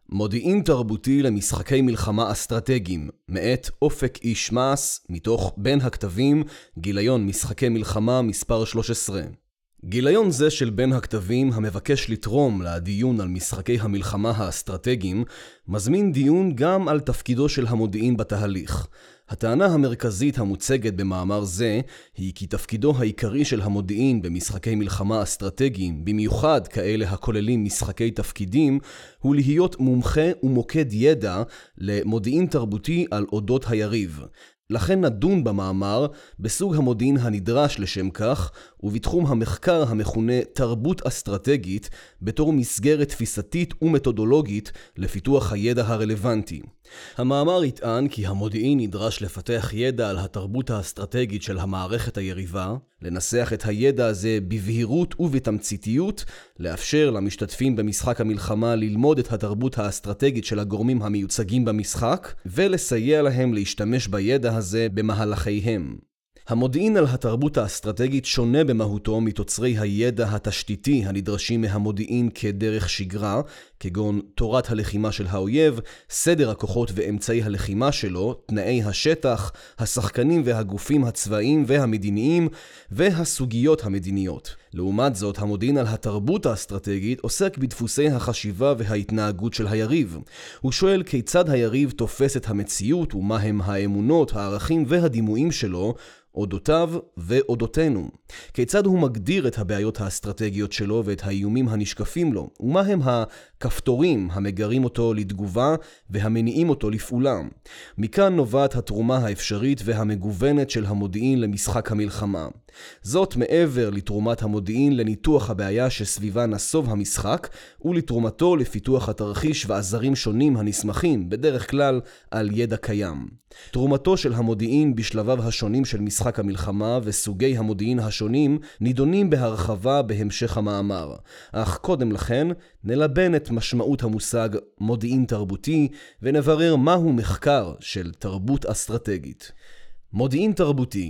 מודיעין תרבותי למשחקי מלחמה אסטרטגיים, מאת אופק איש מעש, מתוך בין הכתבים, גיליון משחקי מלחמה מספר 13. גיליון זה של בין הכתבים המבקש לתרום לדיון על משחקי המלחמה האסטרטגיים, מזמין דיון גם על תפקידו של המודיעין בתהליך. הטענה המרכזית המוצגת במאמר זה היא כי תפקידו העיקרי של המודיעין במשחקי מלחמה אסטרטגיים, במיוחד כאלה הכוללים משחקי תפקידים, הוא להיות מומחה ומוקד ידע למודיעין תרבותי על אודות היריב. לכן נדון במאמר בסוג המודיעין הנדרש לשם כך, ובתחום המחקר המכונה תרבות אסטרטגית בתור מסגרת תפיסתית ומתודולוגית לפיתוח הידע הרלוונטי. המאמר יטען כי המודיעין נדרש לפתח ידע על התרבות האסטרטגית של המערכת היריבה, לנסח את הידע הזה בבהירות ובתמציתיות, לאפשר למשתתפים במשחק המלחמה ללמוד את התרבות האסטרטגית של הגורמים המיוצגים במשחק, ולסייע להם להשתמש בידע הזה במהלכיהם. המודיעין על התרבות האסטרטגית שונה במהותו מתוצרי הידע התשתיתי הנדרשים מהמודיעין כדרך שגרה, כגון תורת הלחימה של האויב, סדר הכוחות ואמצעי הלחימה שלו, תנאי השטח, השחקנים והגופים הצבאיים והמדיניים, והסוגיות המדיניות. לעומת זאת, המודיעין על התרבות האסטרטגית עוסק בדפוסי החשיבה וההתנהגות של היריב. הוא שואל כיצד היריב תופס את המציאות ומה הם האמונות, הערכים והדימויים שלו, אודותיו ואודותינו. כיצד הוא מגדיר את הבעיות האסטרטגיות שלו ואת האיומים הנשקפים לו, ומה הם הכפתורים המגרים אותו לתגובה והמניעים אותו לפעולה. מכאן נובעת התרומה האפשרית והמגוונת של המודיעין למשחק המלחמה. זאת מעבר לתרומת המודיעין לניתוח הבעיה שסביבה נסוב המשחק, ולתרומתו לפיתוח התרחיש ועזרים שונים הנסמכים בדרך כלל על ידע קיים. תרומתו של המודיעין בשלביו השונים של משחק המלחמה וסוגי המודיעין השונים נידונים בהרחבה בהמשך המאמר. אך קודם לכן נלבן את משמעות המושג מודיעין תרבותי ונברר מהו מחקר של תרבות אסטרטגית. מודיעין תרבותי.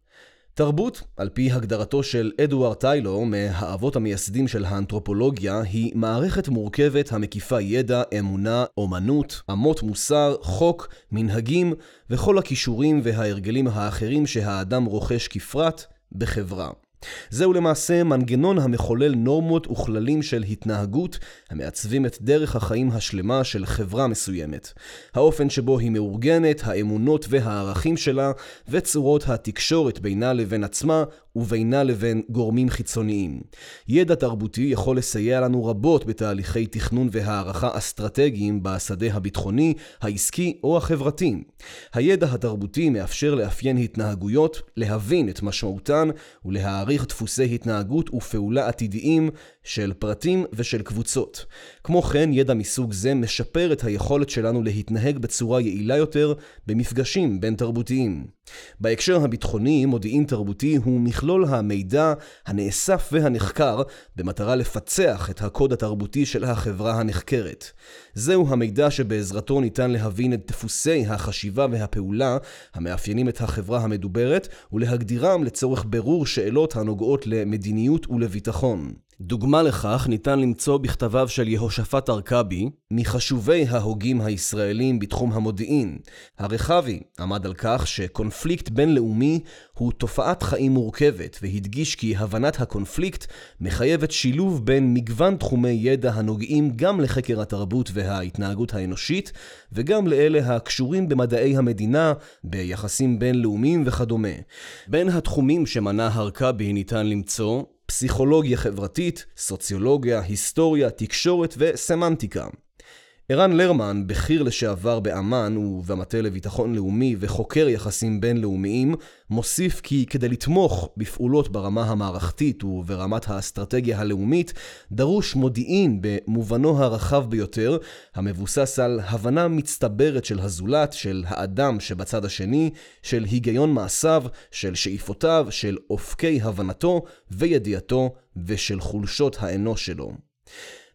תרבות, על פי הגדרתו של אדוארד טיילור מהאבות המייסדים של האנתרופולוגיה, היא מערכת מורכבת המקיפה ידע, אמונה, אומנות, אמות מוסר, חוק, מנהגים וכל הכישורים וההרגלים האחרים שהאדם רוכש כפרט בחברה. זהו למעשה מנגנון המחולל נורמות וכללים של התנהגות המעצבים את דרך החיים השלמה של חברה מסוימת. האופן שבו היא מאורגנת, האמונות והערכים שלה, וצורות התקשורת בינה לבין עצמה ובינה לבין גורמים חיצוניים. ידע תרבותי יכול לסייע לנו רבות בתהליכי תכנון והערכה אסטרטגיים בשדה הביטחוני, העסקי או החברתי. הידע התרבותי מאפשר לאפיין התנהגויות, להבין את משמעותן ולהעריך דפוסי התנהגות ופעולה עתידיים של פרטים ושל קבוצות. כמו כן, ידע מסוג זה משפר את היכולת שלנו להתנהג בצורה יעילה יותר במפגשים בין תרבותיים. בהקשר הביטחוני, מודיעין תרבותי הוא מכלול המידע הנאסף והנחקר במטרה לפצח את הקוד התרבותי של החברה הנחקרת. זהו המידע שבעזרתו ניתן להבין את דפוסי החשיבה והפעולה המאפיינים את החברה המדוברת ולהגדירם לצורך ברור שאלות הנוגעות למדיניות ולביטחון. דוגמה לכך ניתן למצוא בכתביו של יהושפט ארכבי, מחשובי ההוגים הישראלים בתחום המודיעין. הרחבי עמד על כך שקונפליקט בינלאומי הוא תופעת חיים מורכבת, והדגיש כי הבנת הקונפליקט מחייבת שילוב בין מגוון תחומי ידע הנוגעים גם לחקר התרבות וההתנהגות האנושית, וגם לאלה הקשורים במדעי המדינה, ביחסים בינלאומיים וכדומה. בין התחומים שמנה ארכבי ניתן למצוא פסיכולוגיה חברתית, סוציולוגיה, היסטוריה, תקשורת וסמנטיקה. ערן לרמן, בכיר לשעבר באמן ובמטה לביטחון לאומי וחוקר יחסים בינלאומיים, מוסיף כי כדי לתמוך בפעולות ברמה המערכתית וברמת האסטרטגיה הלאומית, דרוש מודיעין במובנו הרחב ביותר, המבוסס על הבנה מצטברת של הזולת, של האדם שבצד השני, של היגיון מעשיו, של שאיפותיו, של אופקי הבנתו וידיעתו ושל חולשות האנוש שלו.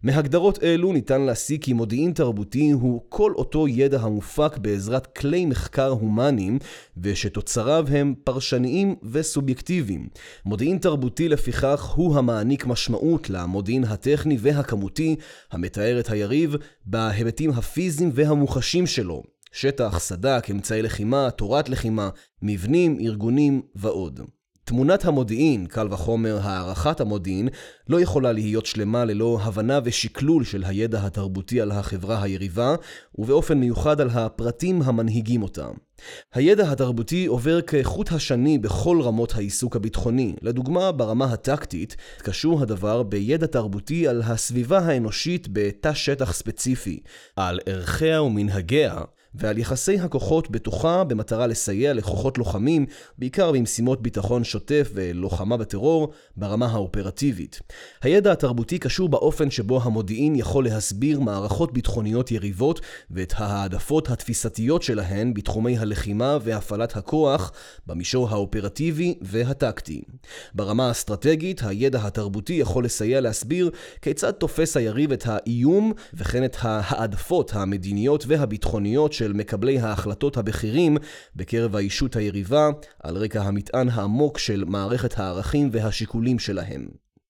מהגדרות אלו ניתן להסיק כי מודיעין תרבותי הוא כל אותו ידע המופק בעזרת כלי מחקר הומניים ושתוצריו הם פרשניים וסובייקטיביים. מודיעין תרבותי לפיכך הוא המעניק משמעות למודיעין הטכני והכמותי המתאר את היריב בהיבטים הפיזיים והמוחשים שלו. שטח, סד"כ, אמצעי לחימה, תורת לחימה, מבנים, ארגונים ועוד. תמונת המודיעין, קל וחומר הערכת המודיעין, לא יכולה להיות שלמה ללא הבנה ושקלול של הידע התרבותי על החברה היריבה, ובאופן מיוחד על הפרטים המנהיגים אותה. הידע התרבותי עובר כחוט השני בכל רמות העיסוק הביטחוני. לדוגמה, ברמה הטקטית, קשור הדבר בידע תרבותי על הסביבה האנושית בתא שטח ספציפי, על ערכיה ומנהגיה, ועל יחסי הכוחות בתוכה במטרה לסייע לכוחות לוחמים, בעיקר במשימות ביטחון שוטף ולוחמה בטרור ברמה האופרטיבית. הידע התרבותי קשור באופן שבו המודיעין יכול להסביר מערכות ביטחוניות יריבות ואת העדפות התפיסתיות שלהן בתחומי הלחימה והפעלת הכוח במישור האופרטיבי והטקטי. ברמה האסטרטגית, הידע התרבותי יכול לסייע להסביר כיצד תופס היריב את האיום וכן את העדפות המדיניות והביטחוניות של מקבלי ההחלטות הבכירים בקרב האישות היריבה על רקע המטען העמוק של מערכת הערכים והשיקולים שלהם.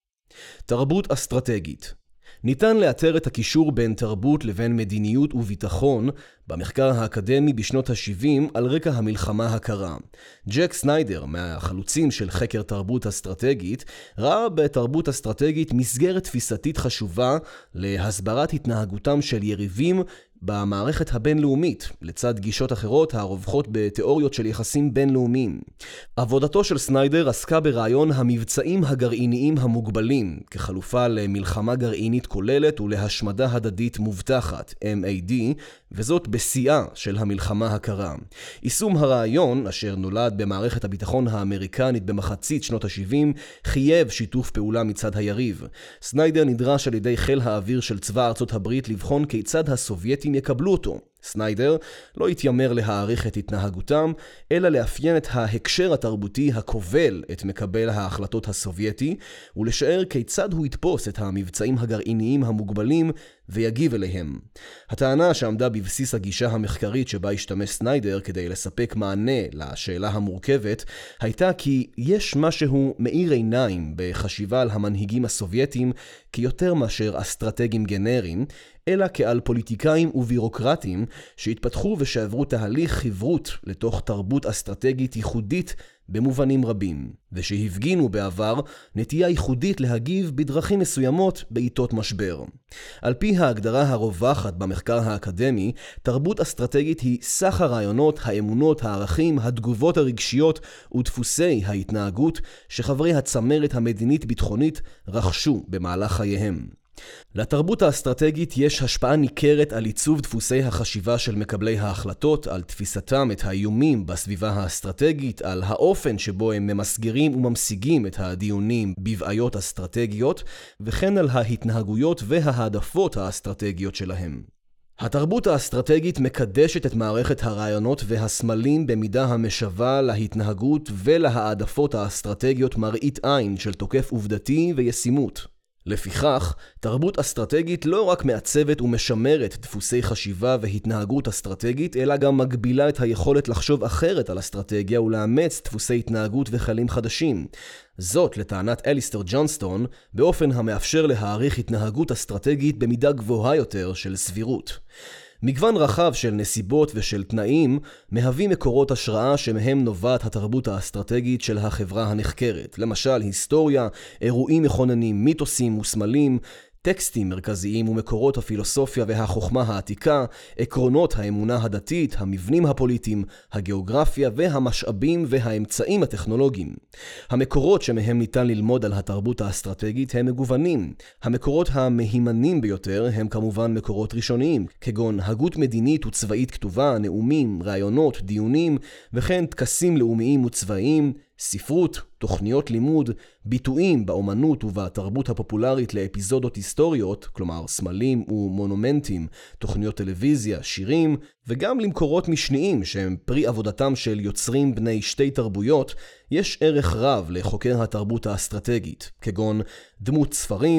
תרבות אסטרטגית. ניתן לאתר את הקישור בין תרבות לבין מדיניות וביטחון במחקר האקדמי בשנות ה-70 על רקע המלחמה הקרה. ג'ק סניידר, מהחלוצים של חקר תרבות אסטרטגית, ראה בתרבות אסטרטגית מסגרת תפיסתית חשובה להסברת התנהגותם של יריבים במערכת הבינלאומית, לצד גישות אחרות הרווחות בתיאוריות של יחסים בינלאומיים. עבודתו של סניידר עסקה ברעיון המבצעים הגרעיניים המוגבלים, כחלופה למלחמה גרעינית כוללת ולהשמדה הדדית מובטחת, MAD, וזאת בשיאה של המלחמה הקרה. יישום הרעיון, אשר נולד במערכת הביטחון האמריקנית במחצית שנות ה-70, חייב שיתוף פעולה מצד היריב. סניידר נדרש על ידי חיל האוויר של צבא ארצות הברית לבחון כיצד הסובייטים יקבלו אותו. סניידר לא התיימר להעריך את התנהגותם, אלא לאפיין את ההקשר התרבותי הכובל את מקבל ההחלטות הסובייטי, ולשער כיצד הוא יתפוס את המבצעים הגרעיניים המוגבלים ויגיב אליהם. הטענה שעמדה בבסיס הגישה המחקרית שבה השתמש סניידר כדי לספק מענה לשאלה המורכבת, הייתה כי יש משהו מאיר עיניים בחשיבה על המנהיגים הסובייטים כיותר מאשר אסטרטגים גנריים, אלא כעל פוליטיקאים ובירוקרטים שהתפתחו ושעברו תהליך חברות לתוך תרבות אסטרטגית ייחודית במובנים רבים, ושהפגינו בעבר נטייה ייחודית להגיב בדרכים מסוימות בעיתות משבר. על פי ההגדרה הרווחת במחקר האקדמי, תרבות אסטרטגית היא סך הרעיונות, האמונות, הערכים, התגובות הרגשיות ודפוסי ההתנהגות שחברי הצמרת המדינית-ביטחונית רכשו במהלך חייהם. לתרבות האסטרטגית יש השפעה ניכרת על עיצוב דפוסי החשיבה של מקבלי ההחלטות, על תפיסתם את האיומים בסביבה האסטרטגית, על האופן שבו הם ממסגרים וממשיגים את הדיונים בבעיות אסטרטגיות, וכן על ההתנהגויות וההעדפות האסטרטגיות שלהם. התרבות האסטרטגית מקדשת את מערכת הרעיונות והסמלים במידה המשווה להתנהגות ולהעדפות האסטרטגיות מראית עין של תוקף עובדתי וישימות. לפיכך, תרבות אסטרטגית לא רק מעצבת ומשמרת דפוסי חשיבה והתנהגות אסטרטגית, אלא גם מגבילה את היכולת לחשוב אחרת על אסטרטגיה ולאמץ דפוסי התנהגות וכלים חדשים. זאת, לטענת אליסטר ג'ונסטון, באופן המאפשר להעריך התנהגות אסטרטגית במידה גבוהה יותר של סבירות. מגוון רחב של נסיבות ושל תנאים מהווים מקורות השראה שמהם נובעת התרבות האסטרטגית של החברה הנחקרת. למשל, היסטוריה, אירועים מכוננים, מיתוסים וסמלים, טקסטים מרכזיים ומקורות הפילוסופיה והחוכמה העתיקה, עקרונות האמונה הדתית, המבנים הפוליטיים, הגיאוגרפיה והמשאבים והאמצעים הטכנולוגיים. המקורות שמהם ניתן ללמוד על התרבות האסטרטגית הם מגוונים. המקורות המהימנים ביותר הם כמובן מקורות ראשוניים, כגון הגות מדינית וצבאית כתובה, נאומים, רעיונות, דיונים, וכן טקסים לאומיים וצבאיים, ספרות, תוכניות לימוד, ביטויים באומנות ובתרבות הפופולרית לאפיזודות היסטוריות, כלומר סמלים ומונומנטים, תוכניות טלוויזיה, שירים, וגם למקורות משניים שהם פרי עבודתם של יוצרים בני שתי תרבויות, יש ערך רב לחוקר התרבות האסטרטגית, כגון דמות ספרים,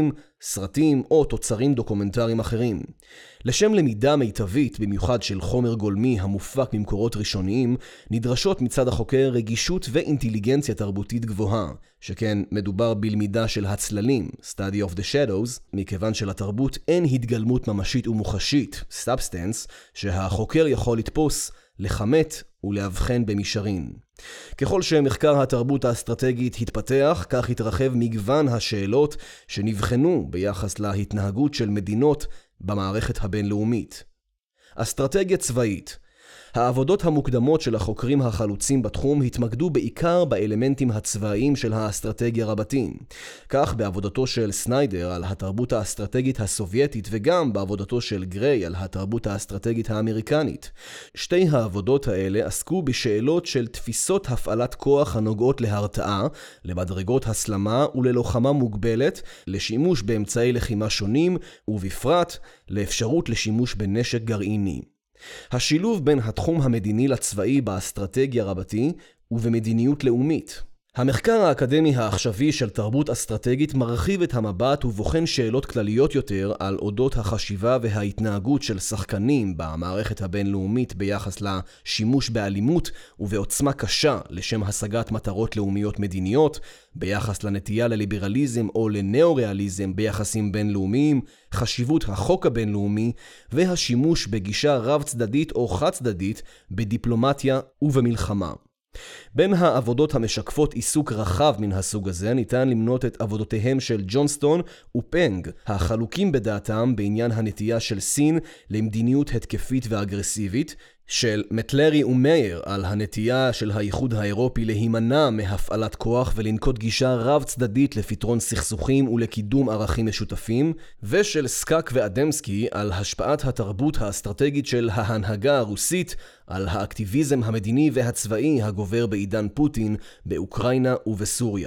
סרטים או תוצרים דוקומנטריים אחרים. לשם למידה מיטבית, במיוחד של חומר גולמי המופק ממקורות ראשוניים, נדרשות מצד החוקר רגישות ואינטליגנציה תרבותית גבוהה, שכן מדובר בלמידה של הצללים, study of the shadows, מכיוון שלתרבות אין התגלמות ממשית ומוחשית, substance, שהחוקר יכול לתפוס, לכמת ולהבחן במישרין. ככל שמחקר התרבות האסטרטגית התפתח, כך התרחב מגוון השאלות שנבחנו ביחס להתנהגות של מדינות במערכת הבינלאומית. אסטרטגיה צבאית. העבודות המוקדמות של החוקרים החלוצים בתחום התמקדו בעיקר באלמנטים הצבאיים של האסטרטגיה רבתי. כך בעבודתו של סניידר על התרבות האסטרטגית הסובייטית וגם בעבודתו של גריי על התרבות האסטרטגית האמריקנית. שתי העבודות האלה עסקו בשאלות של תפיסות הפעלת כוח הנוגעות להרתעה, למדרגות הסלמה וללוחמה מוגבלת, לשימוש באמצעי לחימה שונים ובפרט לאפשרות לשימוש בנשק גרעיני. השילוב בין התחום המדיני לצבאי באסטרטגיה רבתי ובמדיניות לאומית. המחקר האקדמי העכשווי של תרבות אסטרטגית מרחיב את המבט ובוחן שאלות כלליות יותר על אודות החשיבה וההתנהגות של שחקנים במערכת הבינלאומית ביחס לשימוש באלימות ובעוצמה קשה לשם השגת מטרות לאומיות מדיניות, ביחס לנטייה לליברליזם או לנאו-ריאליזם ביחסים בינלאומיים, חשיבות החוק הבינלאומי והשימוש בגישה רב-צדדית או חד-צדדית בדיפלומטיה ובמלחמה. בין העבודות המשקפות עיסוק רחב מן הסוג הזה ניתן למנות את עבודותיהם של ג'ונסטון ופנג, החלוקים בדעתם בעניין הנטייה של סין למדיניות התקפית ואגרסיבית, של מטלרי ומאייר על הנטייה של האיחוד האירופי להימנע מהפעלת כוח ולנקוט גישה רב צדדית לפתרון סכסוכים ולקידום ערכים משותפים, ושל סקאק ואדמסקי על השפעת התרבות האסטרטגית של ההנהגה הרוסית על האקטיביזם המדיני והצבאי הגובר בעידן פוטין באוקראינה ובסוריה.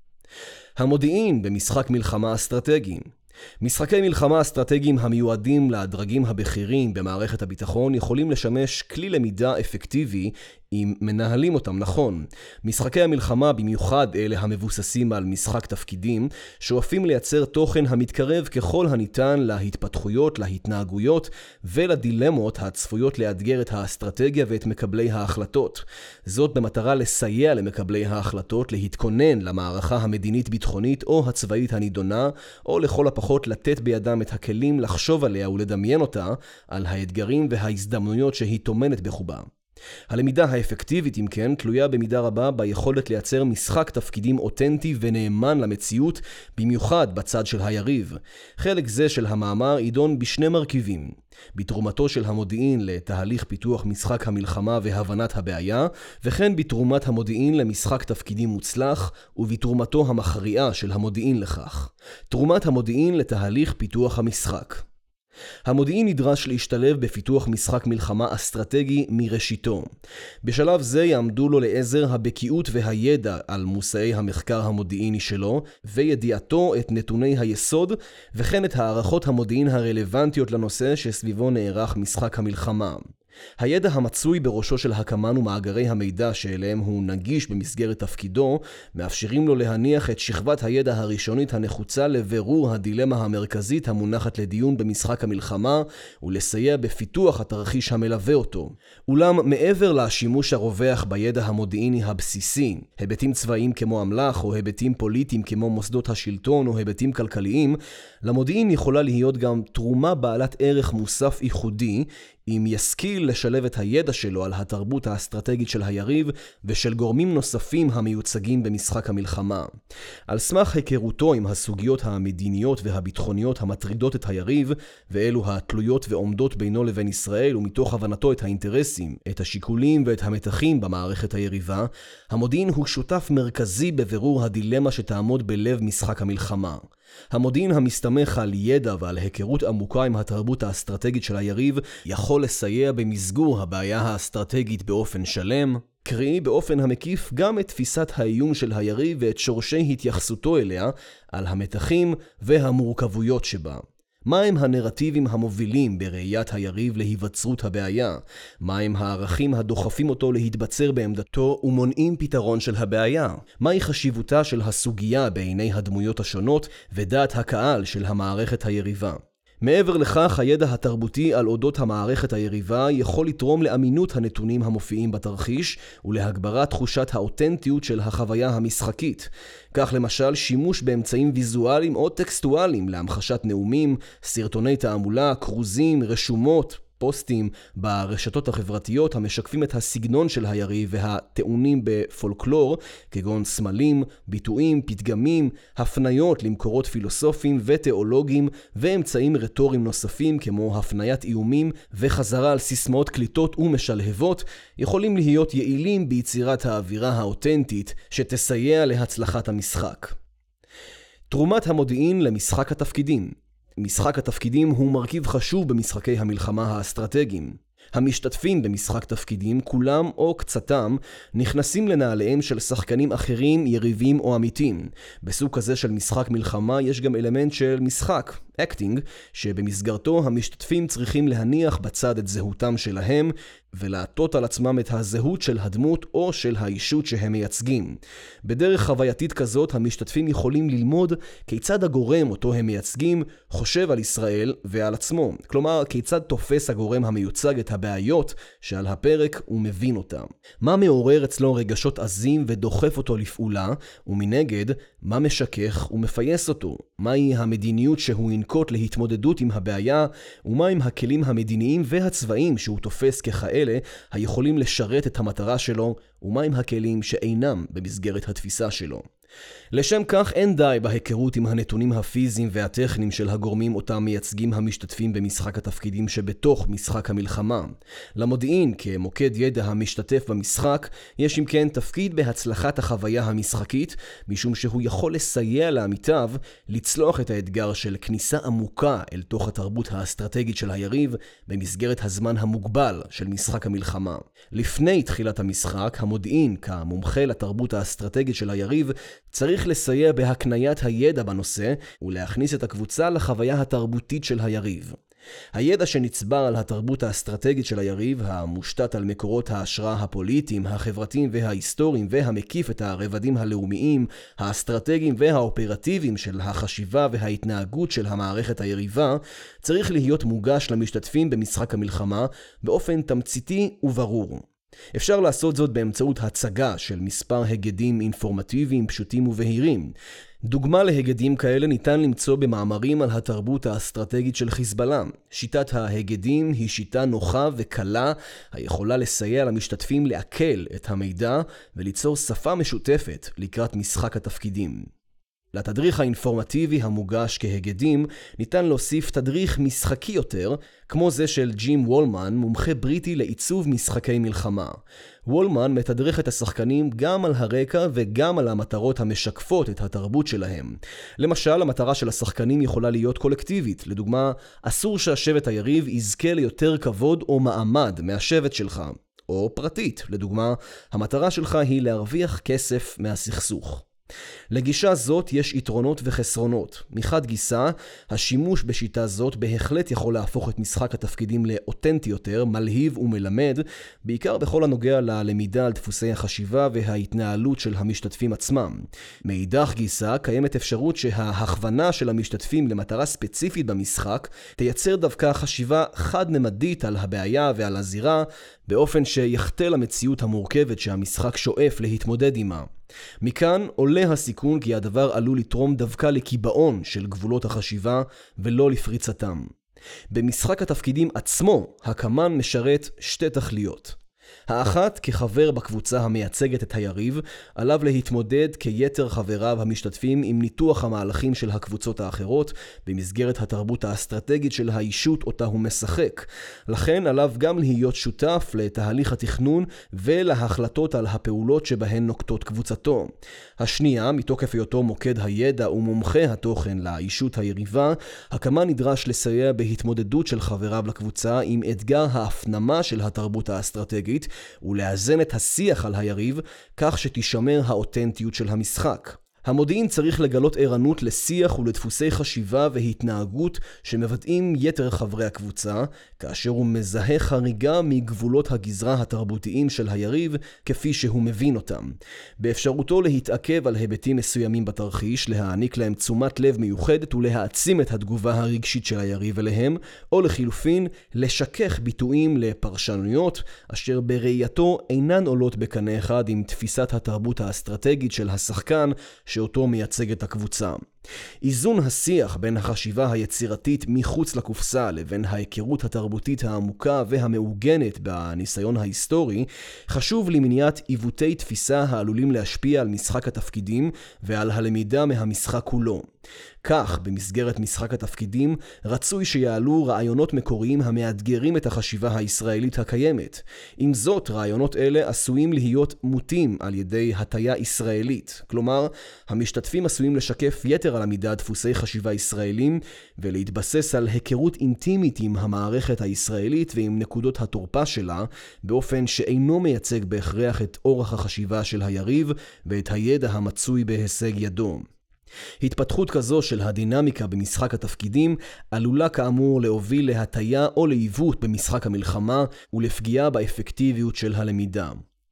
המודיעין במשחק מלחמה אסטרטגי. משחקי מלחמה אסטרטגיים המיועדים לדרגים הבכירים במערכת הביטחון יכולים לשמש כלי למידה אפקטיבי אם מנהלים אותם נכון. משחקי המלחמה, במיוחד אלה המבוססים על משחק תפקידים, שואפים לייצר תוכן המתקרב ככל הניתן להתפתחויות, להתנהגויות ולדילמות הצפויות לאתגר את האסטרטגיה ואת מקבלי ההחלטות. זאת במטרה לסייע למקבלי ההחלטות להתכונן למערכה המדינית-ביטחונית או הצבאית הנידונה, או לכל הפחות לתת בידם את הכלים לחשוב עליה ולדמיין אותה על האתגרים וההזדמנויות שהיא טומנת בחובה. הלמידה האפקטיבית, אם כן, תלויה במידה רבה ביכולת לייצר משחק תפקידים אותנטי ונאמן למציאות, במיוחד בצד של היריב. חלק זה של המאמר יידון בשני מרכיבים: בתרומתו של המודיעין לתהליך פיתוח משחק המלחמה והבנת הבעיה, וכן בתרומת המודיעין למשחק תפקידים מוצלח, ובתרומתו המכריעה של המודיעין לכך. תרומת המודיעין לתהליך פיתוח המשחק. המודיעין נדרש להשתלב בפיתוח משחק מלחמה אסטרטגי מראשיתו. בשלב זה יעמדו לו לעזר הבקיאות והידע על מושאי המחקר המודיעיני שלו, וידיעתו את נתוני היסוד, וכן את הערכות המודיעין הרלוונטיות לנושא שסביבו נערך משחק המלחמה. הידע המצוי בראשו של הקמן ומאגרי המידע שאליהם הוא נגיש במסגרת תפקידו, מאפשרים לו להניח את שכבת הידע הראשונית הנחוצה לבירור הדילמה המרכזית המונחת לדיון במשחק המלחמה, ולסייע בפיתוח התרחיש המלווה אותו. אולם מעבר לשימוש הרווח בידע המודיעיני הבסיסי, היבטים צבאיים כמו אמל"ח או היבטים פוליטיים כמו מוסדות השלטון או היבטים כלכליים, למודיעין יכולה להיות גם תרומה בעלת ערך מוסף ייחודי, אם ישכיל לשלב את הידע שלו על התרבות האסטרטגית של היריב ושל גורמים נוספים המיוצגים במשחק המלחמה. על סמך היכרותו עם הסוגיות המדיניות והביטחוניות המטרידות את היריב, ואלו התלויות ועומדות בינו לבין ישראל, ומתוך הבנתו את האינטרסים, את השיקולים ואת המתחים במערכת היריבה, המודיעין הוא שותף מרכזי בבירור הדילמה שתעמוד בלב משחק המלחמה. המודיעין המסתמך על ידע ועל היכרות עמוקה עם התרבות האסטרטגית של היריב יכול לסייע במסגור הבעיה האסטרטגית באופן שלם, קרי באופן המקיף גם את תפיסת האיום של היריב ואת שורשי התייחסותו אליה על המתחים והמורכבויות שבה. מהם הנרטיבים המובילים בראיית היריב להיווצרות הבעיה? מהם הערכים הדוחפים אותו להתבצר בעמדתו ומונעים פתרון של הבעיה? מהי חשיבותה של הסוגיה בעיני הדמויות השונות ודעת הקהל של המערכת היריבה? מעבר לכך, הידע התרבותי על אודות המערכת היריבה יכול לתרום לאמינות הנתונים המופיעים בתרחיש ולהגברת תחושת האותנטיות של החוויה המשחקית. כך למשל, שימוש באמצעים ויזואליים או טקסטואליים להמחשת נאומים, סרטוני תעמולה, קרוזים, רשומות, פוסטים ברשתות החברתיות המשקפים את הסגנון של היריב והטעונים בפולקלור, כגון סמלים, ביטויים, פתגמים, הפניות למקורות פילוסופיים ותיאולוגיים ואמצעים רטוריים נוספים כמו הפניית איומים וחזרה על סיסמאות קליטות ומשלהבות, יכולים להיות יעילים ביצירת האווירה האותנטית שתסייע להצלחת המשחק. תרומת המודיעין למשחק התפקידים. משחק התפקידים הוא מרכיב חשוב במשחקי המלחמה האסטרטגיים. המשתתפים במשחק תפקידים, כולם או קצתם, נכנסים לנעליהם של שחקנים אחרים, יריבים או עמיתים. בסוג כזה של משחק מלחמה יש גם אלמנט של משחק, אקטינג, שבמסגרתו המשתתפים צריכים להניח בצד את זהותם שלהם ולעטות על עצמם את הזהות של הדמות או של האישות שהם מייצגים. בדרך חווייתית כזאת המשתתפים יכולים ללמוד כיצד הגורם אותו הם מייצגים חושב על ישראל ועל עצמו. כלומר, כיצד תופס הגורם המיוצג את הבעיות שעל הפרק ומבין אותם. מה מעורר אצלו רגשות עזים ודוחף אותו לפעולה, ומנגד, מה משכך ומפייס אותו. מהי המדיניות שהוא ינקוט להתמודדות עם הבעיה, ומהם הכלים המדיניים והצבאיים שהוא תופס ככאלה היכולים לשרת את המטרה שלו, ומהם הכלים שאינם במסגרת התפיסה שלו. לשם כך אין די בהיכרות עם הנתונים הפיזיים והטכניים של הגורמים אותם מייצגים המשתתפים במשחק התפקידים שבתוך משחק המלחמה. למודיעין כמוקד ידע המשתתף במשחק יש אם כן תפקיד בהצלחת החוויה המשחקית, משום שהוא יכול לסייע לעמיתיו לצלוח את האתגר של כניסה עמוקה אל תוך התרבות האסטרטגית של היריב במסגרת הזמן המוגבל של משחק המלחמה. לפני תחילת המשחק, המודיעין כמומחה לתרבות האסטרטגית של היריב צריך לסייע בהקניית הידע בנושא ולהכניס את הקבוצה לחוויה התרבותית של היריב. הידע שנצבר על התרבות האסטרטגית של היריב, המושתת על מקורות ההשראה הפוליטיים, החברתיים וההיסטוריים והמקיף את הרבדים הלאומיים, האסטרטגיים והאופרטיביים של החשיבה וההתנהגות של המערכת היריבה, צריך להיות מוגש למשתתפים במשחק המלחמה באופן תמציתי וברור. אפשר לעשות זאת באמצעות הצגה של מספר הגדים אינפורמטיביים פשוטים ובהירים. דוגמה להגדים כאלה ניתן למצוא במאמרים על התרבות האסטרטגית של חיזבאללה. שיטת ההגדים היא שיטה נוחה וקלה היכולה לסייע למשתתפים לעכל את המידע וליצור שפה משותפת לקראת משחק התפקידים. לתדריך האינפורמטיבי המוגש כהגדים ניתן להוסיף תדריך משחקי יותר, כמו זה של ג'ים וולמן, מומחה בריטי לעיצוב משחקי מלחמה. וולמן מתדרך את השחקנים גם על הרקע וגם על המטרות המשקפות את התרבות שלהם. למשל, המטרה של השחקנים יכולה להיות קולקטיבית. לדוגמה, אסור שהשבט היריב יזכה ליותר כבוד או מעמד מהשבט שלך. או פרטית. לדוגמה, המטרה שלך היא להרוויח כסף מהסכסוך. לגישה זאת יש יתרונות וחסרונות. מחד גיסה, השימוש בשיטה זאת בהחלט יכול להפוך את משחק התפקידים לאותנטי יותר, מלהיב ומלמד, בעיקר בכל הנוגע ללמידה על דפוסי החשיבה וההתנהלות של המשתתפים עצמם. מאידך גיסה, קיימת אפשרות שההכוונה של המשתתפים למטרה ספציפית במשחק תייצר דווקא חשיבה חד-ממדית על הבעיה ועל הזירה, באופן שיחטא למציאות המורכבת שהמשחק שואף להתמודד עימה. מכאן עולה הסיכון כי הדבר עלול לתרום דווקא לקיבעון של גבולות החשיבה ולא לפריצתם. במשחק התפקידים עצמו, הקמן משרת שתי תכליות. האחת, כחבר בקבוצה המייצגת את היריב, עליו להתמודד כיתר חבריו המשתתפים עם ניתוח המהלכים של הקבוצות האחרות במסגרת התרבות האסטרטגית של האישות אותה הוא משחק. לכן עליו גם להיות שותף לתהליך התכנון ולהחלטות על הפעולות שבהן נוקטות קבוצתו. השנייה, מתוקף היותו מוקד הידע ומומחה התוכן לאישות היריבה, הקמן נדרש לסייע בהתמודדות של חבריו לקבוצה עם אתגר ההפנמה של התרבות האסטרטגית ולאזן את השיח על היריב כך שתישמר האותנטיות של המשחק. המודיעין צריך לגלות ערנות לשיח ולדפוסי חשיבה והתנהגות שמבטאים יתר חברי הקבוצה, כאשר הוא מזהה חריגה מגבולות הגזרה התרבותיים של היריב כפי שהוא מבין אותם. באפשרותו להתעכב על היבטים מסוימים בתרחיש, להעניק להם תשומת לב מיוחדת ולהעצים את התגובה הרגשית של היריב אליהם, או לחילופין, לשכך ביטויים לפרשנויות אשר בראייתו אינן עולות בקנה אחד עם תפיסת התרבות האסטרטגית של השחקן שאותו מייצגת הקבוצה. איזון השיח בין החשיבה היצירתית מחוץ לקופסה לבין ההיכרות התרבותית העמוקה והמעוגנת בניסיון ההיסטורי חשוב למניעת עיוותי תפיסה העלולים להשפיע על משחק התפקידים ועל הלמידה מהמשחק כולו. כך, במסגרת משחק התפקידים, רצוי שיעלו רעיונות מקוריים המאתגרים את החשיבה הישראלית הקיימת. עם זאת, רעיונות אלה עשויים להיות מוטים על ידי הטיה ישראלית. כלומר, המשתתפים עשויים לשקף יתר על המידה דפוסי חשיבה ישראלים, ולהתבסס על היכרות אינטימית עם המערכת הישראלית ועם נקודות התורפה שלה, באופן שאינו מייצג בהכרח את אורח החשיבה של היריב ואת הידע המצוי בהישג ידו. התפתחות כזו של הדינמיקה במשחק התפקידים עלולה כאמור להוביל להטיה או לעיוות במשחק המלחמה ולפגיעה באפקטיביות של הלמידה.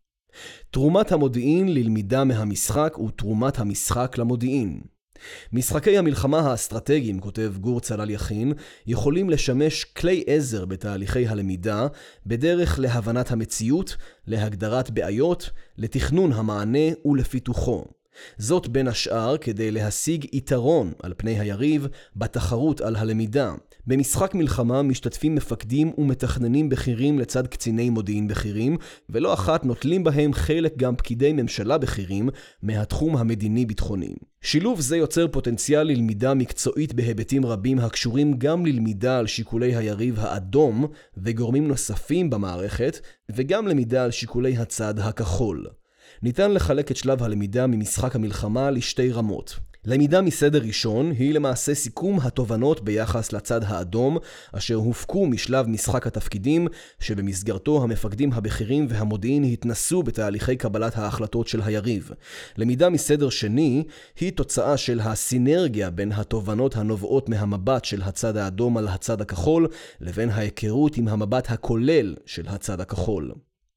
תרומת המודיעין ללמידה מהמשחק ותרומת המשחק למודיעין. משחקי המלחמה האסטרטגיים, כותב גור צלל יכין, יכולים לשמש כלי עזר בתהליכי הלמידה בדרך להבנת המציאות, להגדרת בעיות, לתכנון המענה ולפיתוחו. זאת בין השאר כדי להשיג יתרון על פני היריב בתחרות על הלמידה. במשחק מלחמה משתתפים מפקדים ומתכננים בכירים לצד קציני מודיעין בכירים, ולא אחת נוטלים בהם חלק גם פקידי ממשלה בכירים מהתחום המדיני-ביטחוני. שילוב זה יוצר פוטנציאל ללמידה מקצועית בהיבטים רבים הקשורים גם ללמידה על שיקולי היריב האדום וגורמים נוספים במערכת, וגם למידה על שיקולי הצד הכחול. ניתן לחלק את שלב הלמידה ממשחק המלחמה לשתי רמות. למידה מסדר ראשון היא למעשה סיכום התובנות ביחס לצד האדום, אשר הופקו משלב משחק התפקידים, שבמסגרתו המפקדים הבכירים והמודיעין התנסו בתהליכי קבלת ההחלטות של היריב. למידה מסדר שני היא תוצאה של הסינרגיה בין התובנות הנובעות מהמבט של הצד האדום על הצד הכחול, לבין ההיכרות עם המבט הכולל של הצד הכחול.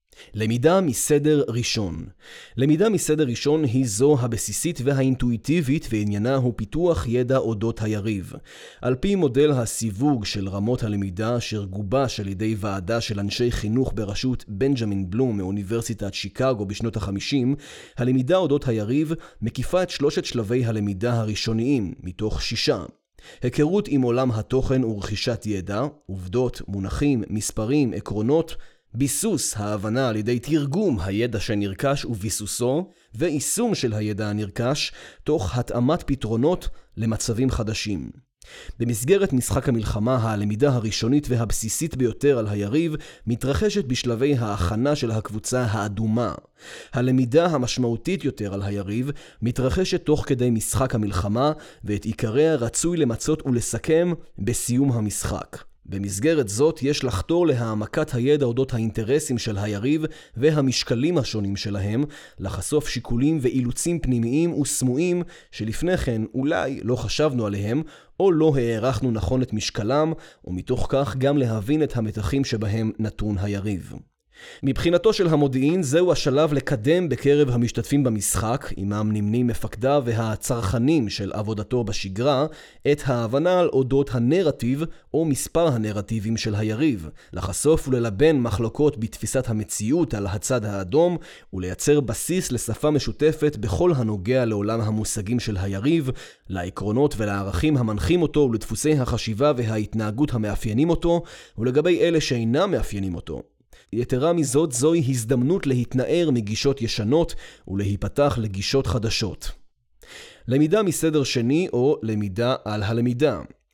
למידה מסדר ראשון. למידה מסדר ראשון היא זו הבסיסית והאינטואיטיבית, ועניינה הוא פיתוח ידע אודות היריב. על פי מודל הסיווג של רמות הלמידה אשר גובש על ידי ועדה של אנשי חינוך בראשות בנג'מין בלום מאוניברסיטת שיקגו בשנות ה-50, הלמידה אודות היריב מקיפה את 3 שלבי הלמידה הראשוניים מתוך 6. היכרות עם עולם התוכן ורכישת ידע, עובדות, מונחים, מספרים, עקרונות, ביסוס ההבנה על ידי תרגום הידע שנרכש וביסוסו, ויישום של הידע הנרכש תוך התאמת פתרונות למצבים חדשים. במסגרת משחק המלחמה, הלמידה הראשונית והבסיסית ביותר על היריב מתרחשת בשלבי ההכנה של הקבוצה האדומה. הלמידה המשמעותית יותר על היריב מתרחשת תוך כדי משחק המלחמה, ואת עיקריה רצוי למצות ולסכם בסיום המשחק. במסגרת זאת יש לחתור להעמקת הידע אודות האינטרסים של היריב והמשקלים השונים שלהם, לחשוף שיקולים ואילוצים פנימיים וסמויים שלפני כן אולי לא חשבנו עליהם או לא הערכנו נכון את משקלם, ומתוך כך גם להבין את המתחים שבהם נתון היריב. מבחינתו של המודיעין זהו השלב לקדם בקרב המשתתפים במשחק, עמם נמנים מפקדיו והצרכנים של עבודתו בשגרה, את ההבנה על אודות הנרטיב או מספר הנרטיבים של היריב, לחשוף וללבן מחלוקות בתפיסת המציאות על הצד האדום, ולייצר בסיס לשפה משותפת בכל הנוגע לעולם המושגים של היריב, לעקרונות ולערכים המנחים אותו ולדפוסי החשיבה וההתנהגות המאפיינים אותו, ולגבי אלה שאינם מאפיינים אותו. יתרה מזאת, זוהי הזדמנות להתנער מגישות ישנות ולהיפתח לגישות חדשות. למידה מסדר שני או למידה על הלמידה.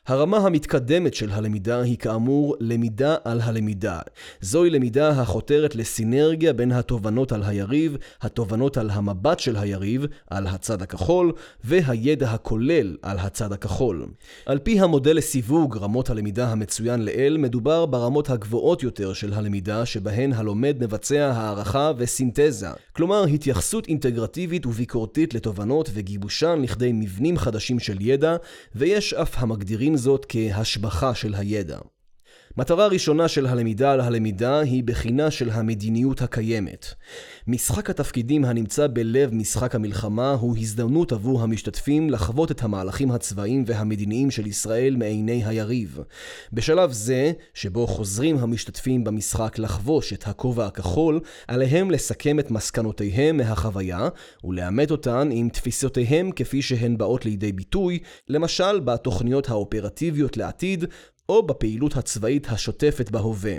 הרמה המתקדמת של הלמידה היא כאמור למידה על הלמידה. זוהי למידה החותרת לסינרגיה בין התובנות על היריב, התובנות על המבט של היריב, על הצד הכחול, והידע הכולל על הצד הכחול. על פי המודל לסיווג רמות הלמידה המצוין לאל, מדובר ברמות הגבוהות יותר של הלמידה שבהן הלומד מבצע הערכה וסינתזה, כלומר התייחסות אינטגרטיבית וביקורתית לתובנות וגיבושן לכדי מבנים חדשים של ידע, ויש אף המגדירים זאת כהשבחה של הידע. מטרה ראשונה של הלמידה על הלמידה היא בחינה של המדיניות הקיימת. משחק התפקידים הנמצא בלב משחק המלחמה הוא הזדמנות עבור המשתתפים לחוות את המהלכים הצבאיים והמדיניים של ישראל מעיני היריב. בשלב זה, שבו חוזרים המשתתפים במשחק לחבוש את הכובע הכחול, עליהם לסכם את מסקנותיהם מהחוויה ולאמת אותן עם תפיסותיהם כפי שהן באות לידי ביטוי, למשל בתוכניות האופרטיביות לעתיד, או בפעילות הצבאית השוטפת בהווה.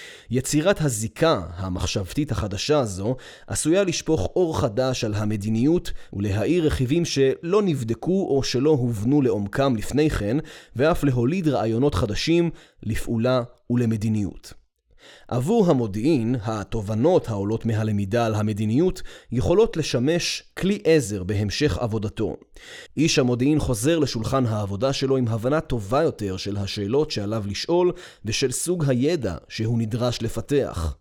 יצירת הזיקה המחשבתית החדשה הזו עשויה לשפוך אור חדש על המדיניות ולהאיר רכיבים שלא נבדקו או שלא הובנו לעומקם לפני כן, ואף להוליד רעיונות חדשים לפעולה ולמדיניות. עבור המודיעין, התובנות העולות מהלמידה על המדיניות יכולות לשמש כלי עזר בהמשך עבודתו. איש המודיעין חוזר לשולחן העבודה שלו עם הבנה טובה יותר של השאלות שעליו לשאול ושל סוג הידע שהוא נדרש לפתח.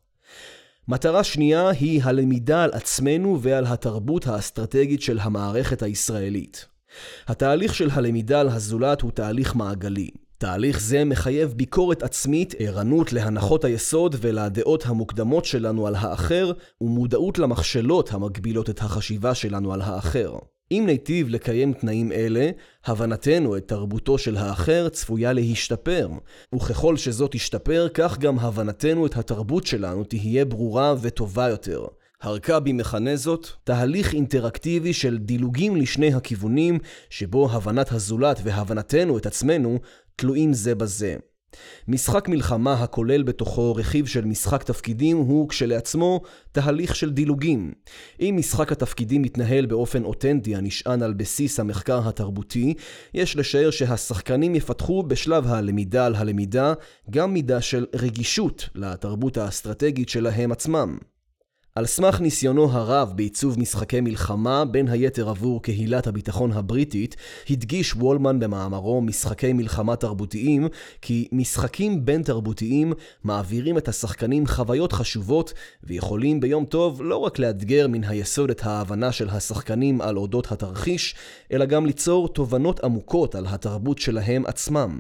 מטרה שנייה היא הלמידה על עצמנו ועל התרבות האסטרטגית של המערכת הישראלית. התהליך של הלמידה על הזולת הוא תהליך מעגלי. תהליך זה מחייב ביקורת עצמית, ערנות להנחות היסוד ולדעות המוקדמות שלנו על האחר, ומודעות למכשלות המגבילות את החשיבה שלנו על האחר. אם ניטיב לקיים תנאים אלה, הבנתנו את תרבותו של האחר צפויה להשתפר, וככל שזאת תשתפר, כך גם הבנתנו את התרבות שלנו תהיה ברורה וטובה יותר. הרקבי מכנה זאת תהליך אינטראקטיבי של דילוגים לשני הכיוונים, שבו הבנת הזולת והבנתנו את עצמנו תלויים זה בזה. משחק מלחמה הכולל בתוכו רכיב של משחק תפקידים הוא כשלעצמו תהליך של דילוגים. אם משחק התפקידים מתנהל באופן אותנטי הנשען על בסיס המחקר התרבותי, יש לשער שהשחקנים יפתחו בשלב הלמידה על הלמידה גם מידה של רגישות לתרבות האסטרטגית שלהם עצמם. על סמך ניסיונו הרב בעיצוב משחקי מלחמה, בין היתר עבור קהילת הביטחון הבריטית, הדגיש וולמן במאמרו משחקי מלחמה תרבותיים, כי משחקים בין תרבותיים מעבירים את השחקנים חוויות חשובות, ויכולים ביום טוב לא רק לאתגר מן היסוד את ההבנה של השחקנים על אודות התרחיש, אלא גם ליצור תובנות עמוקות על התרבות שלהם עצמם.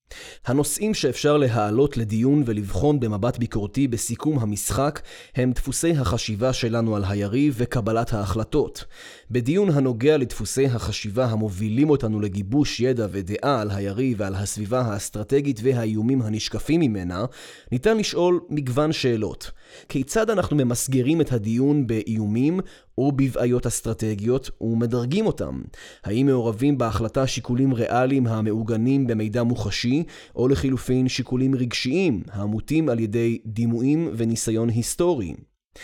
הנושאים שאפשר להעלות לדיון ולבחון במבט ביקורתי בסיכום המשחק הם דפוסי החשיבה שלנו על היריב וקבלת ההחלטות. בדיון הנוגע לדפוסי החשיבה המובילים אותנו לגיבוש ידע ודעה על היריב ועל הסביבה האסטרטגית והאיומים הנשקפים ממנה, ניתן לשאול מגוון שאלות. כיצד אנחנו ממסגרים את הדיון באיומים או בבעיות אסטרטגיות ומדרגים אותם? האם מעורבים בהחלטה שיקולים ריאליים המעוגנים במידע מוחשי, או לחילופין שיקולים רגשיים המוטים על ידי דימויים וניסיון היסטורי?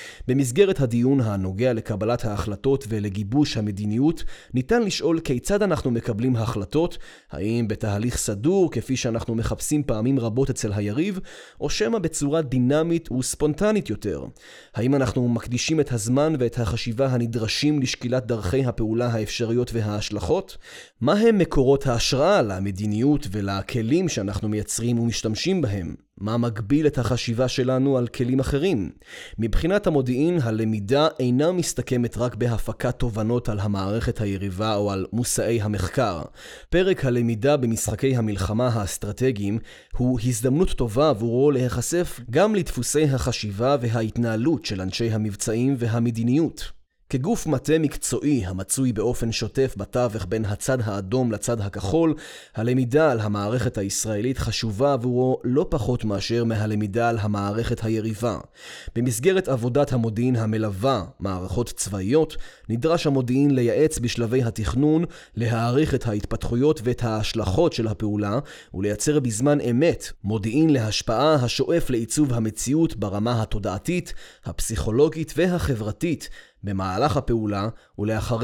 במסגרת הדיון הנוגע לקבלת ההחלטות ולגיבוש המדיניות, ניתן לשאול כיצד אנחנו מקבלים החלטות, האם בתהליך סדור כפי שאנחנו מחפשים פעמים רבות אצל היריב, או שמא בצורה דינמית וספונטנית יותר. האם אנחנו מקדישים את הזמן ואת החשיבה הנדרשים לשקילת דרכי הפעולה האפשריות וההשלכות? מה הם מקורות ההשראה למדיניות ולכלים שאנחנו מייצרים ומשתמשים בהם? מה מגביל את החשיבה שלנו על כלים אחרים? מבחינת המודיעין, הלמידה אינה מסתכמת רק בהפקת תובנות על המערכת היריבה או על מושאי המחקר. פרק הלמידה במשחקי המלחמה האסטרטגיים הוא הזדמנות טובה עבורו להיחשף גם לדפוסי החשיבה וההתנהלות של אנשי המבצעים והמדיניות. כגוף מטה מקצועי המצוי באופן שוטף בתווך בין הצד האדום לצד הכחול, הלמידה על המערכת הישראלית חשובה עבורו לא פחות מאשר מהלמידה על המערכת היריבה. במסגרת עבודת המודיעין המלווה מערכות צבאיות, נדרש המודיעין לייעץ בשלבי התכנון, להעריך את ההתפתחויות ואת ההשלכות של הפעולה, ולייצר בזמן אמת מודיעין להשפעה השואף לעיצוב המציאות ברמה התודעתית, הפסיכולוגית והחברתית, במהלך הפעולה ולאחריה.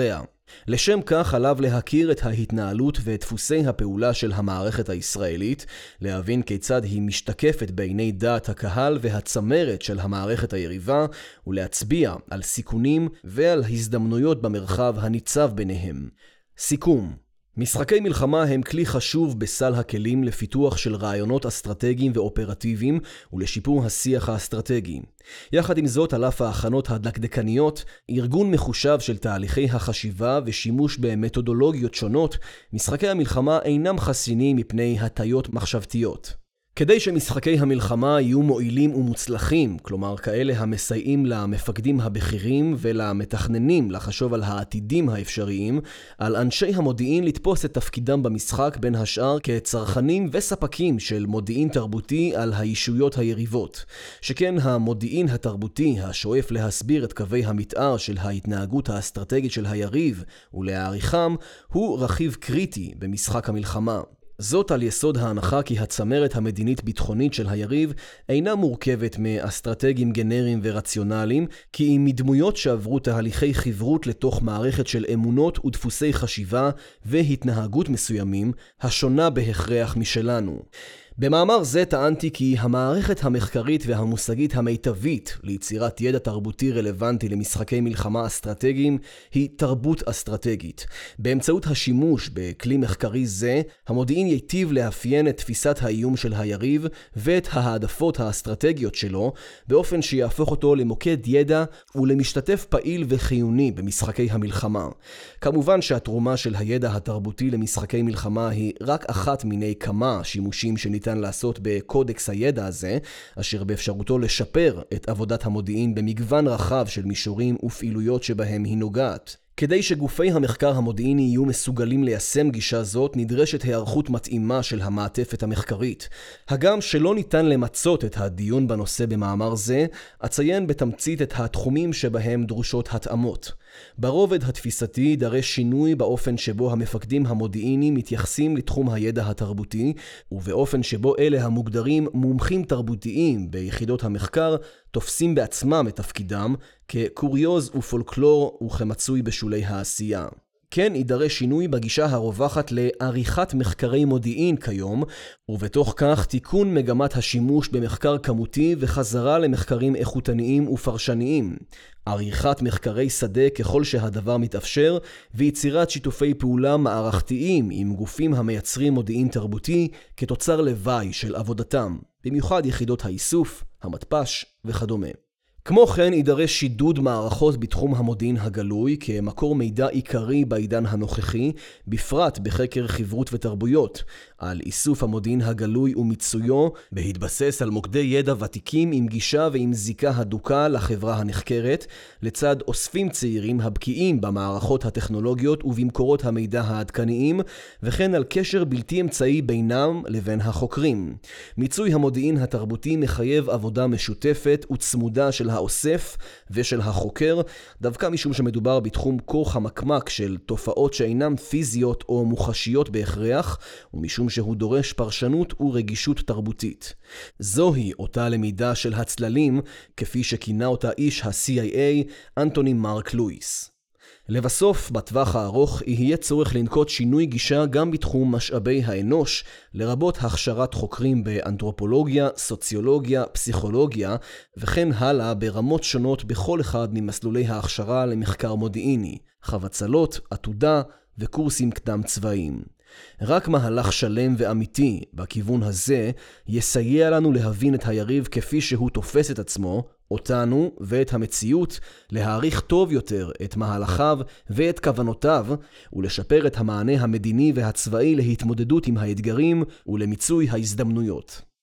לשם כך עליו להכיר את ההתנהלות ואת דפוסי הפעולה של המערכת הישראלית, להבין כיצד היא משתקפת בעיני דעת הקהל והצמרת של המערכת היריבה, ולהצביע על סיכונים ועל הזדמנויות במרחב הניצב ביניהם. סיכום: משחקי מלחמה הם כלי חשוב בסל הכלים לפיתוח של רעיונות אסטרטגיים ואופרטיביים ולשיפור השיח האסטרטגי. יחד עם זאת, על אף ההכנות הדקדקניות, ארגון מחושב של תהליכי החשיבה ושימוש במתודולוגיות שונות, משחקי המלחמה אינם חסינים מפני הטיות מחשבתיות. כדי שמשחקי המלחמה יהיו מועילים ומוצלחים, כלומר כאלה המסייעים למפקדים הבכירים ולמתכננים לחשוב על העתידים האפשריים, על אנשי המודיעין לתפוס את תפקידם במשחק בין השאר כצרכנים וספקים של מודיעין תרבותי על הישויות היריבות. שכן המודיעין התרבותי השואף להסביר את קווי המתאר של ההתנהגות האסטרטגית של היריב ולהעריכם, הוא רכיב קריטי במשחק המלחמה. זאת על יסוד ההנחה כי הצמרת המדינית-ביטחונית של היריב אינה מורכבת מאסטרטגים גנריים ורציונליים, כי היא מדמויות שעברו תהליכי חברות לתוך מערכת של אמונות ודפוסי חשיבה והתנהגות מסוימים, השונה בהכרח משלנו. במאמר זה טענתי כי המערכת המחקרית והמושגית המיטבית ליצירת ידע תרבותי רלוונטי למשחקי מלחמה אסטרטגיים היא תרבות אסטרטגית. באמצעות השימוש בכלי מחקרי זה, המודיעין ייטיב לאפיין את תפיסת האיום של היריב ואת העדפות האסטרטגיות שלו, באופן שיהפוך אותו למוקד ידע ולמשתתף פעיל וחיוני במשחקי המלחמה. כמובן שהתרומה של הידע התרבותי למשחקי מלחמה היא רק אחת מיני כמה שימושים שניתן לעשות בקודקס הידע הזה, אשר באפשרותו לשפר את עבודת המודיעין במגוון רחב של מישורים ופעילויות שבהם היא נוגעת. כדי שגופי המחקר המודיעיני יהיו מסוגלים ליישם גישה זאת, נדרשת היערכות מתאימה של המעטפת המחקרית. הגם שלא ניתן למצות את הדיון בנושא במאמר זה, אציין בתמצית את התחומים שבהם דרושות התאמות. ברובד התפיסתי יידרש שינוי באופן שבו המפקדים המודיעיניים מתייחסים לתחום הידע התרבותי, ובאופן שבו אלה המוגדרים מומחים תרבותיים ביחידות המחקר תופסים בעצמם את תפקידם כקוריוז ופולקלור וכמצוי בשולי העשייה. כן יידרש שינוי בגישה הרווחת לעריכת מחקרי מודיעין כיום, ובתוך כך תיקון מגמת השימוש במחקר כמותי וחזרה למחקרים איכותניים ופרשניים. עריכת מחקרי שדה ככל שהדבר מתאפשר, ויצירת שיתופי פעולה מערכתיים עם גופים המייצרים מודיעין תרבותי כתוצר לוואי של עבודתם, במיוחד יחידות האיסוף, המתפ"ש וכדומה. כמו כן יידרש שידוד מערכות בתחום המודיעין הגלוי כמקור מידע עיקרי בעידן הנוכחי, בפרט בחקר חברות ותרבויות, על איסוף המודיעין הגלוי ומיצויו, בהתבסס על מוקדי ידע ותיקים עם גישה ועם זיקה הדוקה לחברה הנחקרת, לצד אוספים צעירים הבקיאים במערכות הטכנולוגיות ובמקורות המידע העדכניים, וכן על קשר בלתי אמצעי בינם לבין החוקרים. מיצוי המודיעין התרבותי מחייב עבודה משותפת וצמודה של האוסף ושל החוקר, דווקא משום שמדובר בתחום כה חמקמק של תופעות שאינן פיזיות או מוחשיות בהכרח, ומשום שהוא דורש פרשנות ורגישות תרבותית. זוהי אותה למידה של הצללים, כפי שכינה אותה איש ה-CIA, אנטוני מרק לואיס. לבסוף, בטווח הארוך יהיה צורך לנקוט שינוי גישה גם בתחום משאבי האנוש, לרבות הכשרת חוקרים באנתרופולוגיה, סוציולוגיה, פסיכולוגיה, וכן הלאה ברמות שונות בכל אחד ממסלולי ההכשרה למחקר מודיעיני, חבצלות, עתודה וקורסים קדם צבאיים. רק מהלך שלם ואמיתי בכיוון הזה יסייע לנו להבין את היריב כפי שהוא תופס את עצמו, אותנו ואת המציאות, להעריך טוב יותר את מהלכיו ואת כוונותיו, ולשפר את המענה המדיני והצבאי להתמודדות עם האתגרים ולמיצוי ההזדמנויות.